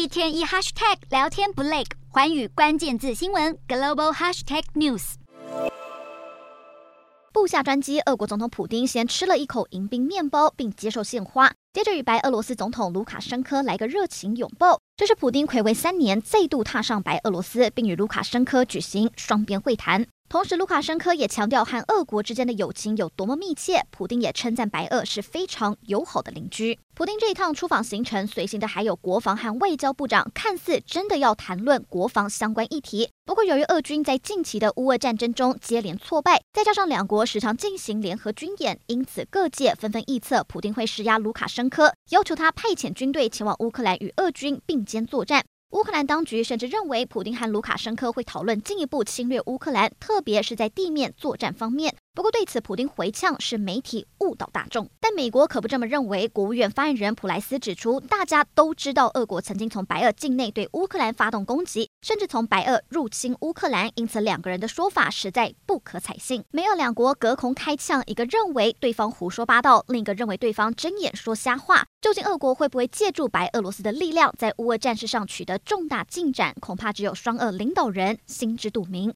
一天一 hashtag 聊天不累，寰宇关键字新闻 global hashtag news。部下专机，俄国总统普丁先吃了一口迎宾面包，并接受献花，接着与白俄罗斯总统卢卡申科来个热情拥抱。这是普丁睽违3年再度踏上白俄罗斯，并与卢卡申科举行双边会谈。同时，卢卡申科也强调和俄国之间的友情有多么密切。普丁也称赞白俄是非常友好的邻居。普丁这一趟出访行程，随行的还有国防和外交部长，看似真的要谈论国防相关议题。不过，由于俄军在近期的乌俄战争中接连挫败，再加上两国时常进行联合军演，因此各界纷纷臆测普丁会施压卢卡申科，要求他派遣军队前往乌克兰与俄军并肩作战。乌克兰当局甚至认为，普丁和卢卡申科会讨论进一步侵略乌克兰，特别是在地面作战方面。不过对此，普丁回呛是媒体误导大众。但美国可不这么认为。国务院发言人普莱斯指出，大家都知道俄国曾经从白俄境内对乌克兰发动攻击，甚至从白俄入侵乌克兰，因此两个人的说法实在不可采信。美俄两国隔空开呛，一个认为对方胡说八道，另一个认为对方睁眼说瞎话。究竟俄国会不会借助白俄罗斯的力量，在乌俄战事上取得重大进展，恐怕只有双俄领导人心知肚明。